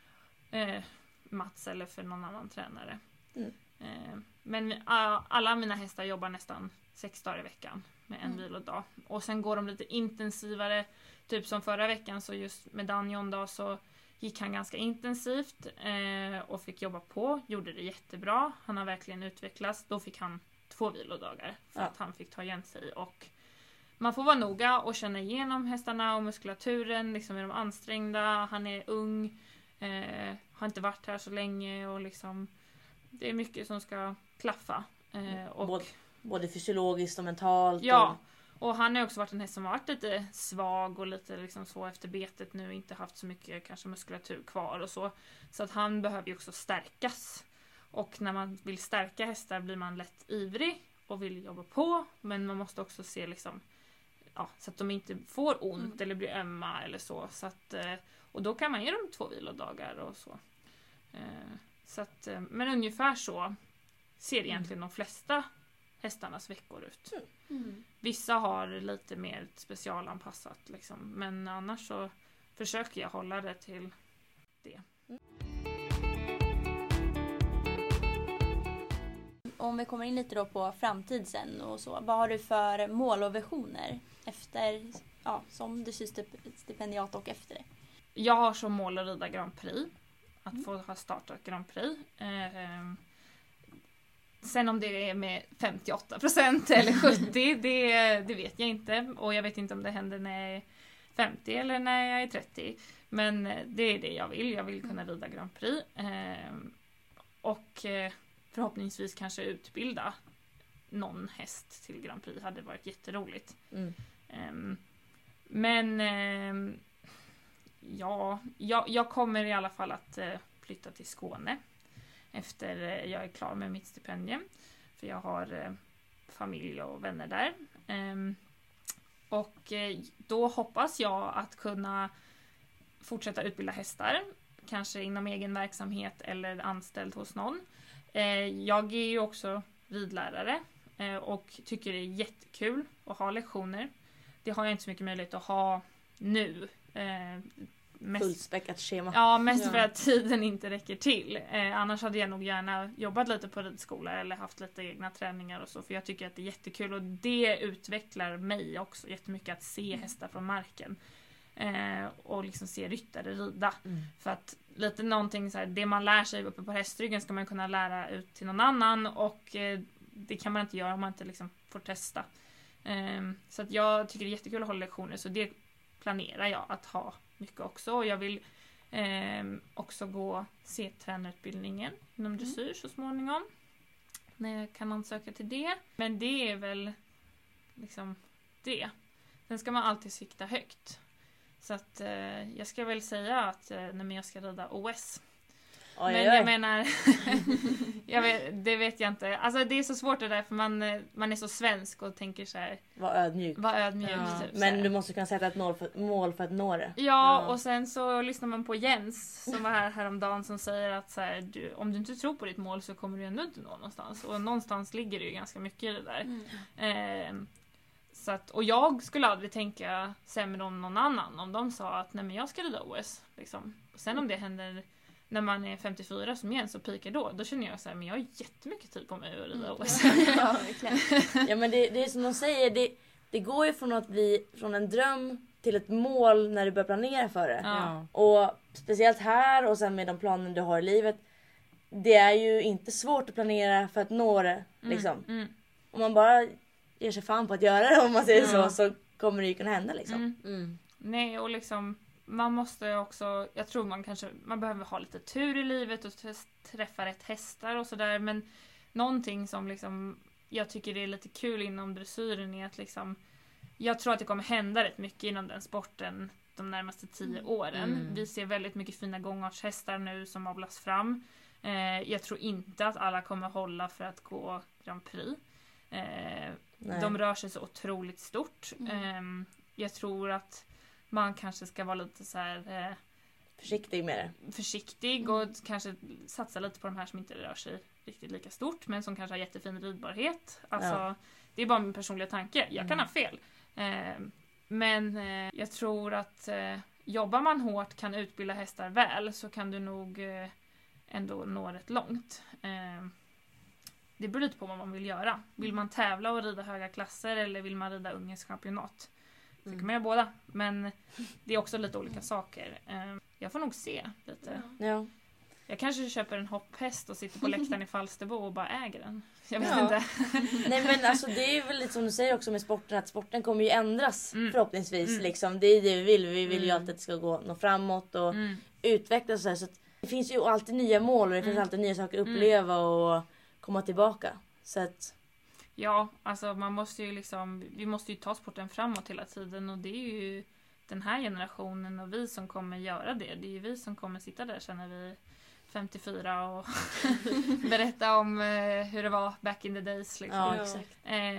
Mats eller för någon annan tränare. Men alla mina hästar jobbar nästan 6 dagar i veckan med en vilodag. Och sen går de lite intensivare, typ som förra veckan, så just med Danjon då så gick han ganska intensivt och fick jobba på, gjorde det jättebra. Han har verkligen utvecklats. Då fick han 2 vilodagar för att han fick ta igen sig, och man får vara noga och känna igenom hästarna och muskulaturen, liksom är de ansträngda, han är ung, har inte varit här så länge, och liksom det är mycket som ska klaffa. Och både fysiologiskt och mentalt. Ja, och han har också varit en häst som har varit lite svag och lite liksom så efter betet nu, inte haft så mycket kanske muskulatur kvar och så. Så att han behöver ju också stärkas. Och när man vill stärka hästar blir man lätt ivrig och vill jobba på, men man måste också se liksom så att de inte får ont eller blir ömma eller så. Så att, och då kan man ge dem 2 vilodagar och så. Så att, men ungefär så ser egentligen de flesta hästarnas veckor ut. Vissa har lite mer specialanpassat liksom, men annars så försöker jag hålla det till det. Om vi kommer in lite då på framtid sen och så, vad har du för mål och visioner efter, som dressyrstipendiat och efter det? Jag har som mål att rida Grand Prix, att få ha startat Grand Prix. Sen om det är med 58% eller 70%, det vet jag inte. Och jag vet inte om det händer när jag är 50 eller när jag är 30. Men det är det jag vill. Jag vill kunna rida Grand Prix. Och förhoppningsvis kanske utbilda någon häst till Grand Prix. Hade varit jätteroligt. Men jag kommer i alla fall att flytta till Skåne efter jag är klar med mitt stipendium. För jag har familj och vänner där. Och då hoppas jag att kunna fortsätta utbilda hästar. Kanske inom egen verksamhet eller anställd hos någon. Jag är ju också ridlärare och tycker det är jättekul att ha lektioner. Det har jag inte så mycket möjlighet att ha nu. Fullspäckat schema. Ja, mest för att tiden inte räcker till. Annars hade jag nog gärna jobbat lite på ridskola eller haft lite egna träningar och så. För jag tycker att det är jättekul och det utvecklar mig också jättemycket att se hästar från marken. och liksom se ryttare rida. För att lite någonting så här, det man lär sig uppe på hästryggen ska man kunna lära ut till någon annan, och det kan man inte göra om man inte liksom får testa. Så att jag tycker det är jättekul att hålla lektioner, så det planerar jag att ha mycket också. Och jag vill också gå C-tränarutbildningen inom dressyr så småningom, när jag kan ansöka till det. Men det är väl liksom det. Sen ska man alltid sikta högt. Så att jag ska väl säga att jag ska rida OS. Oj, Men oj. jag menar, det vet jag inte. Alltså det är så svårt det där, för man är så svensk och tänker så här, Var ödmjuk. typ, så Men här. du måste kunna sätta ett mål för att nå det. Ja, och sen så lyssnar man på Jens som var här häromdagen, som säger att så här, om du inte tror på ditt mål så kommer du ändå inte nå någonstans. Och någonstans ligger det ju ganska mycket i det där. Så att, och jag skulle aldrig tänka sämre om någon annan om de sa att nej men jag ska rida OS. Liksom. Och sen om det händer när man är 54 som Jens och pikar då känner jag så här, men jag har jättemycket tid på mig att rida OS. Ja, verkligen. Ja, men det är som de säger, det går ju från att bli från en dröm till ett mål när du börjar planera för det. Ja. Och speciellt här och sen med de planer du har i livet, det är ju inte svårt att planera för att nå det. Liksom. Om man bara ger sig fan på att göra det, om man säger så kommer det ju kunna hända. Liksom. Nej, och liksom man måste också, jag tror man behöver ha lite tur i livet och träffa rätt hästar och sådär, men någonting som liksom jag tycker det är lite kul inom dressyren är att liksom, jag tror att det kommer hända rätt mycket inom den sporten de närmaste 10 åren. Vi ser väldigt mycket fina gångartshästar nu som avlas fram. Jag tror inte att alla kommer hålla för att gå Grand Prix. De rör sig så otroligt stort. Jag tror att man kanske ska vara lite så här Försiktig med det. försiktig och kanske satsa lite på de här som inte rör sig riktigt lika stort, men som kanske har jättefin ridbarhet. Alltså, det är bara min personliga tanke. Jag kan ha fel. Men jag tror att jobbar man hårt, kan utbilda hästar väl, så kan du nog ändå nå rätt långt. Det beror lite på vad man vill göra. Vill man tävla och rida höga klasser, eller vill man rida ungens championat? Så kan man göra båda. Men det är också lite olika saker. Jag får nog se lite. Ja. Jag kanske köper en hopphäst och sitter på läktaren i Falsterbo och bara äger den. Jag vet inte. Nej, men alltså det är väl lite som du säger också med sporten, att sporten kommer ju ändras förhoppningsvis. Liksom. Det är det vi vill. Vi vill ju alltid att det ska nå framåt och utvecklas och så här. Så att det finns ju alltid nya mål och det finns alltid nya saker att uppleva och komma tillbaka. Så att ja, alltså man måste ju liksom, vi måste ju ta sporten framåt hela tiden, och det är ju den här generationen och vi som kommer göra det. Det är ju vi som kommer sitta där sen när vi är 54 och berätta om hur det var back in the days. Liksom. ja, exakt.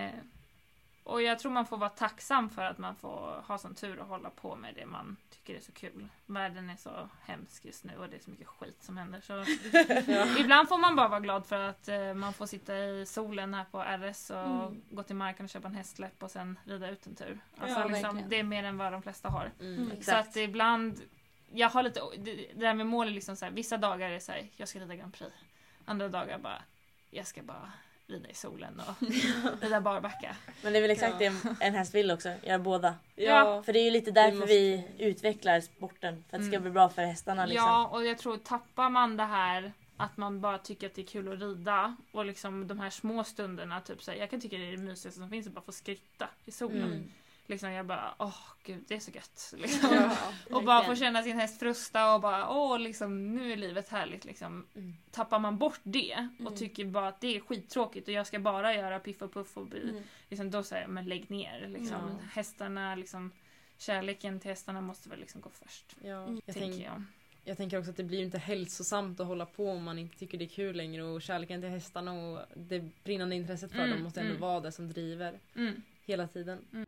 Och jag tror man får vara tacksam för att man får ha sån tur att hålla på med det man tycker är så kul. Världen är så hemsk just nu och det är så mycket skit som händer. Så ibland får man bara vara glad för att man får sitta i solen här på RS och gå till marken och köpa en hästsläpp och sen rida ut en tur. Alltså, Ja, liksom, verkligen. det är mer än vad de flesta har. Så Exakt. att ibland, jag har lite, det där med mål är liksom så här, vissa dagar är så här, jag ska rida Grand Prix. Andra dagar bara, jag ska bara rida i solen och rida barbacka. Men det är väl exakt det en häst vill också, göra båda. Ja. För det är ju lite därför vi utvecklar sporten. För att det ska bli bra för hästarna. Liksom. Ja, och jag tror tappar man det här att man bara tycker att det är kul att rida och liksom de här små stunderna, typ så här, jag kan tycka det är det mysigaste som finns att bara få skritta i solen. Liksom jag bara, gud, det är så gött. Liksom. Och bara få känna sin häst frusta och bara, liksom, nu är livet härligt. Liksom. Tappar man bort det och tycker bara att det är skittråkigt och jag ska bara göra piff och puff och liksom, då säger jag, men lägg ner. Liksom. Hästarna, liksom, kärleken till hästarna måste väl liksom gå först. Ja. Jag tänker också att det blir inte hälsosamt att hålla på om man inte tycker det är kul längre, och kärleken till hästarna och det brinnande intresset för dem måste ändå vara det som driver hela tiden.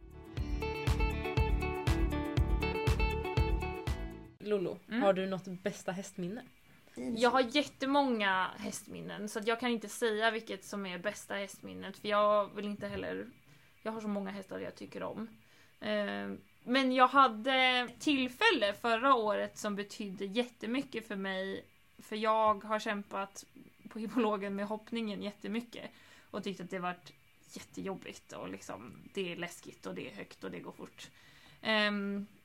Lollo, har du något bästa hästminne? Jag har jättemånga hästminnen, så att jag kan inte säga vilket som är bästa hästminnet, för jag vill inte heller, jag har så många hästar jag tycker om. Men jag hade tillfälle förra året som betydde jättemycket för mig, för jag har kämpat på hippologen med hoppningen jättemycket och tyckte att det varit jättejobbigt och liksom, det är läskigt och det är högt och det går fort.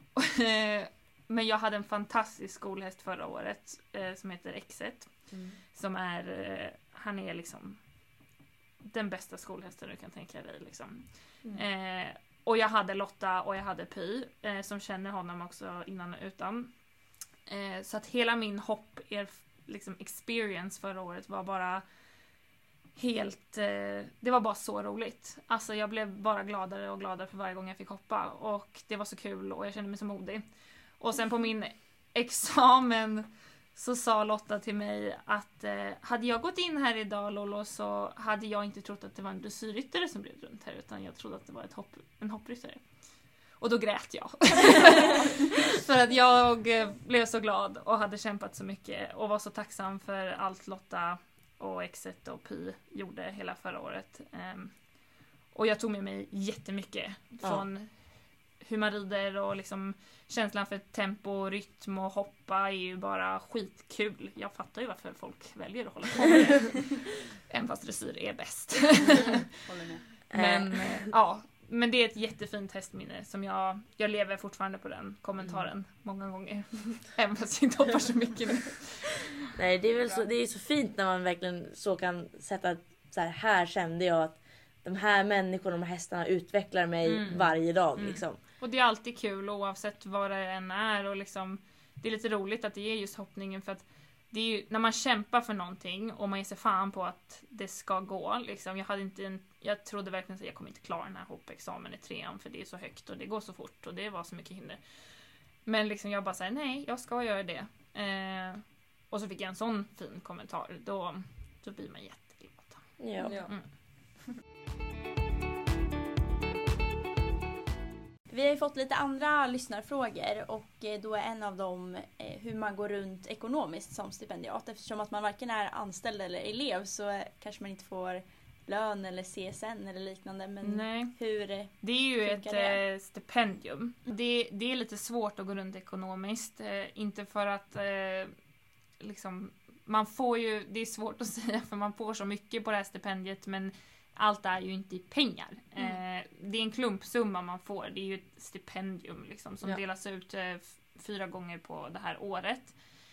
Men jag hade en fantastisk skolhäst förra året som heter Exet. Som är, han är liksom den bästa skolhästen du kan tänka dig. Liksom. Och jag hade Lotta och jag hade Py som känner honom också innan och utan. Så att hela min liksom experience förra året var bara helt, det var bara så roligt. Alltså jag blev bara gladare och gladare för varje gång jag fick hoppa. Och det var så kul och jag kände mig så modig. Och sen på min examen så sa Lotta till mig att hade jag gått in här idag, Lolo, så hade jag inte trott att det var en dressyrryttare som blev runt här, utan jag trodde att det var en hoppryttare. Och då grät jag. För att jag blev så glad och hade kämpat så mycket och var så tacksam för allt Lotta och Exet och Py gjorde hela förra året. Och jag tog med mig jättemycket från hur man rider och liksom känslan för tempo, rytm och hoppa är ju bara skitkul. Jag fattar ju varför folk väljer att hålla på med det. Även fast dressyr är bäst. Håller med. Men det är ett jättefint hästminne som jag lever fortfarande på den kommentaren många gånger. Även fast jag inte hoppar så mycket nu. Nej, det är väl så, det är så fint när man verkligen så kan sätta så här kände jag att de här människorna, de här hästarna utvecklar mig varje dag liksom. Och det är alltid kul oavsett vad det än är och liksom det är lite roligt att det är just hoppningen för att det är ju, när man kämpar för någonting och man ger sig fan på att det ska gå liksom. Jag trodde verkligen att jag kommer inte klara den här hoppexamen i 3:an för det är så högt och det går så fort och det var så mycket hinder. Men liksom jag bara säger nej, jag ska göra det. Och så fick jag en sån fin kommentar. Då blir man jätteglad. Ja. Vi har ju fått lite andra lyssnarfrågor och då är en av dem hur man går runt ekonomiskt som stipendiat. Eftersom att man varken är anställd eller elev så kanske man inte får lön eller CSN eller liknande. Men nej. Hur det är ju ett stipendium. Det är lite svårt att gå runt ekonomiskt. Inte för att liksom, man får ju, det är svårt att säga för man får så mycket på det här stipendiet men allt är ju inte i pengar. Det är en klumpsumma man får. Det är ju ett stipendium liksom, som delas ut 4 gånger på det här året.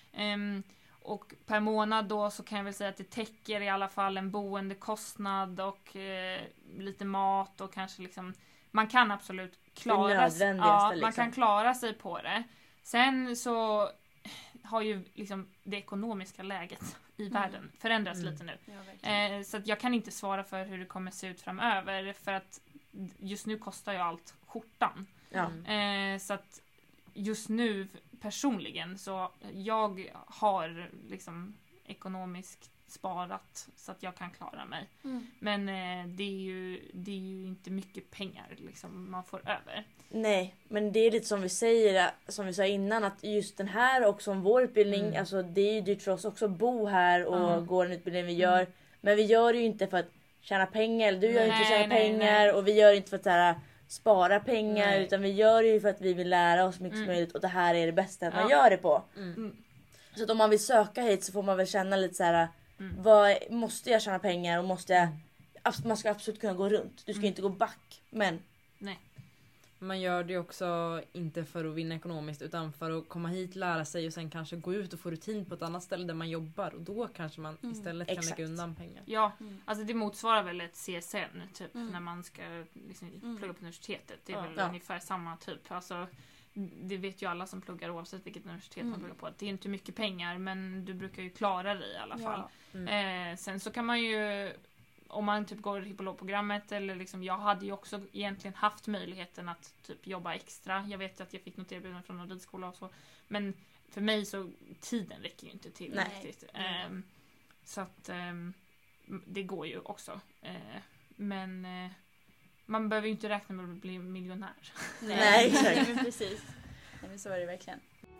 Och per månad då så kan jag väl säga att det täcker i alla fall en boendekostnad och lite mat och kanske liksom man kan absolut klara sig. Man kan klara sig på det. Sen så har ju liksom det ekonomiska läget i världen förändrats lite nu. Ja, så att jag kan inte svara för hur det kommer se ut framöver för att just nu kostar ju allt skjortan. Ja. Så att just nu personligen så jag har liksom ekonomiskt sparat så att jag kan klara mig. Men det är ju inte mycket pengar liksom man får över. Nej, men det är lite som vi säger, som vi sa innan, att just den här och som vår utbildning, alltså det är ju dyrt för oss också att bo här och gå den utbildning vi gör. Men vi gör det ju inte för att tjäna pengar, eller du gör inte för att tjäna pengar och vi gör inte för att så här, spara pengar utan vi gör det ju för att vi vill lära oss mycket som möjligt och det här är det bästa att man gör det på. Så att om man vill söka hit så får man väl känna lite så här. Vad måste jag tjäna pengar och måste jag, man ska absolut kunna gå runt. Du ska inte gå back, men nej. Man gör det också inte för att vinna ekonomiskt utan för att komma hit, lära sig och sen kanske gå ut och få rutin på ett annat ställe där man jobbar och då kanske man istället kan lägga undan pengar. Ja, alltså det motsvarar väl ett CSN typ när man ska liksom plugga på universitetet. Det är väl ungefär samma typ. Alltså, det vet ju alla som pluggar oavsett vilket universitet man pluggar på. Det är inte mycket pengar men du brukar ju klara dig i alla fall. Sen så kan man ju om man typ går hippologprogrammet eller liksom, jag hade ju också egentligen haft möjligheten att typ jobba extra. Jag vet att jag fick något erbjudande från en ridskola och så. Men för mig så tiden räcker ju inte till riktigt. Så att det går ju också. Men man behöver ju inte räkna med att bli miljonär. Nej, men precis. Nej, men så är det verkligen.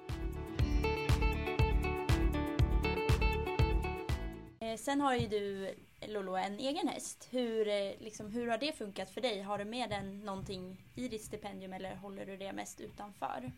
Sen har ju du, Lolo, en egen häst. Hur har det funkat för dig? Har du med den någonting i ditt stipendium eller håller du det mest utanför?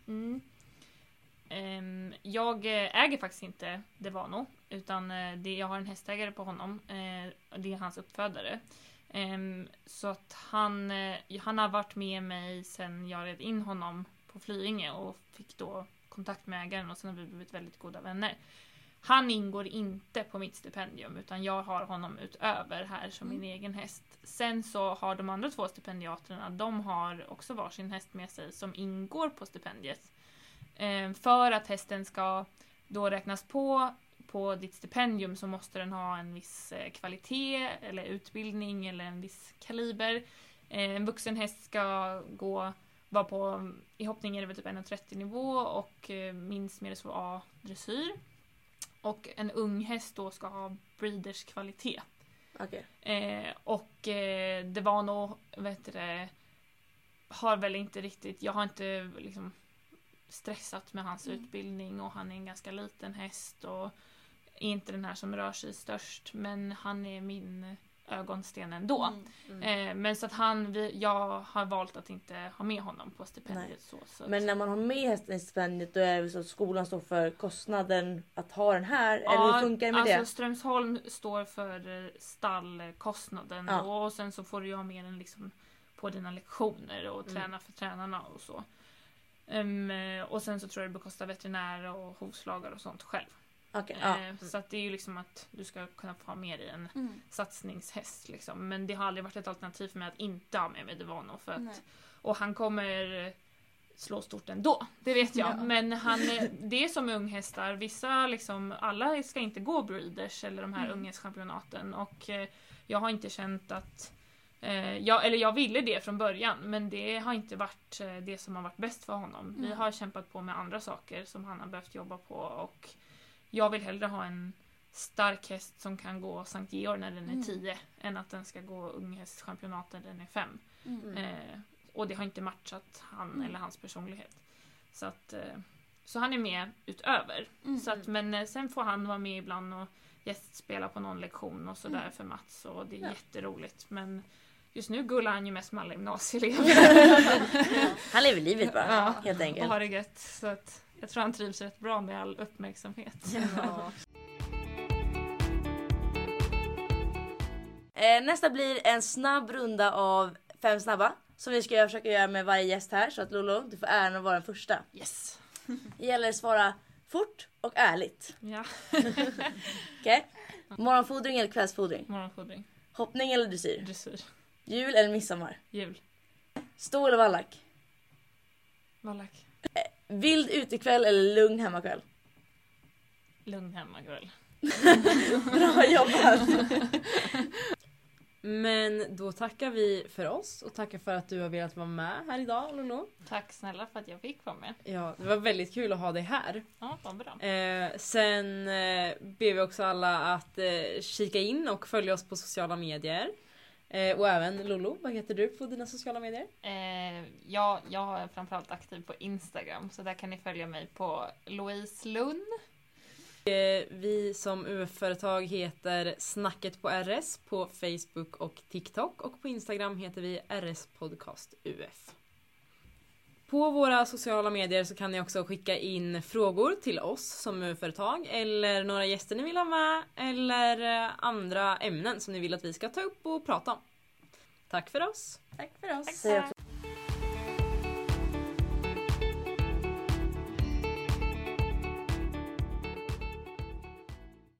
Jag äger faktiskt inte Devano utan jag har en hästägare på honom. Det är hans uppfödare. Så att han har varit med mig sen jag red in honom på på Flyinge och fick då kontakt med ägaren och sen har vi blivit väldigt goda vänner. Han ingår inte på mitt stipendium utan jag har honom utöver här som min egen häst. Sen så har de andra 2 stipendiaterna, de har också varsin häst med sig som ingår på stipendiet. För att hästen ska då räknas på ditt stipendium så måste den ha en viss kvalitet eller utbildning eller en viss kaliber. En vuxen häst ska vara på i hoppning är det typ 1,30 nivå och minst medelsvår A-dressyr. Och en ung häst då ska ha breeders kvalitet. Okej. Det var nog, har väl inte riktigt, jag har inte liksom stressat med hans utbildning och han är en ganska liten häst och är inte den här som rör sig störst, men han är min ögonsten ändå. Men så att jag har valt att inte ha med honom på stipendiet. Så Men när man har med hästen i stipendiet då är det så att skolan står för kostnaden att ha den här? Eller hur funkar det med det? Strömsholm står för stallkostnaden och sen så får du ha med den liksom på dina lektioner och träna för tränarna och så. Och sen så tror jag det bekostar veterinär och hovslagare och sånt själv. Okay, så att det är ju liksom att du ska kunna få ha med dig en satsningshäst liksom. Men det har aldrig varit ett alternativ för mig att inte ha med mig Devano för att, och han kommer slå stort ändå, det vet jag. Men det är som unghästar, vissa liksom, alla ska inte gå breeders eller de här unghästchampionaten och jag har inte känt att jag ville det från början men det har inte varit det som har varit bäst för honom. Vi har kämpat på med andra saker som han har behövt jobba på och jag vill hellre ha en stark häst som kan gå Sankt Georg när den är 10 än att den ska gå unghästchampionaten när den är 5. Och det har inte matchat han eller hans personlighet. Så han är med utöver. Så att, men sen får han vara med ibland och gästspela på någon lektion och sådär för Mats och det är jätteroligt. Men just nu gullar han ju mest med alla gymnasieelever. Han lever livet bara, helt enkelt. Och har det gött. Så att jag tror han trivs rätt bra med all uppmärksamhet. Ja. Nästa blir en snabb runda av 5 snabba. Som vi ska försöka göra med varje gäst här. Så att Lolo, du får äran att vara den första. Yes. Det gäller att svara fort och ärligt. Ja. Okej. Morgonfodring eller kvällsfodring? Morgonfodring. Hoppning eller dressyr? Dressyr. Jul eller midsommar? Jul. Stå eller vallack? Vallack. Vild utekväll eller lugn hemmakväll? Lugn hemmakväll. Bra jobbat! Men då tackar vi för oss och tackar för att du har velat vara med här idag, Lolo. Tack snälla för att jag fick vara med. Ja, det var väldigt kul att ha dig här. Ja, vad bra. Sen ber vi också alla att kika in och följa oss på sociala medier. Och även Lolo, vad heter du på dina sociala medier? Jag är framförallt aktiv på Instagram så där kan ni följa mig på Louise Lund. Vi som UF-företag heter Snacket på RS på Facebook och TikTok och på Instagram heter vi RS Podcast UF. På våra sociala medier så kan ni också skicka in frågor till oss som UF-företag eller några gäster ni vill ha med eller andra ämnen som ni vill att vi ska ta upp och prata om. Tack för oss! Tack för oss! Tack.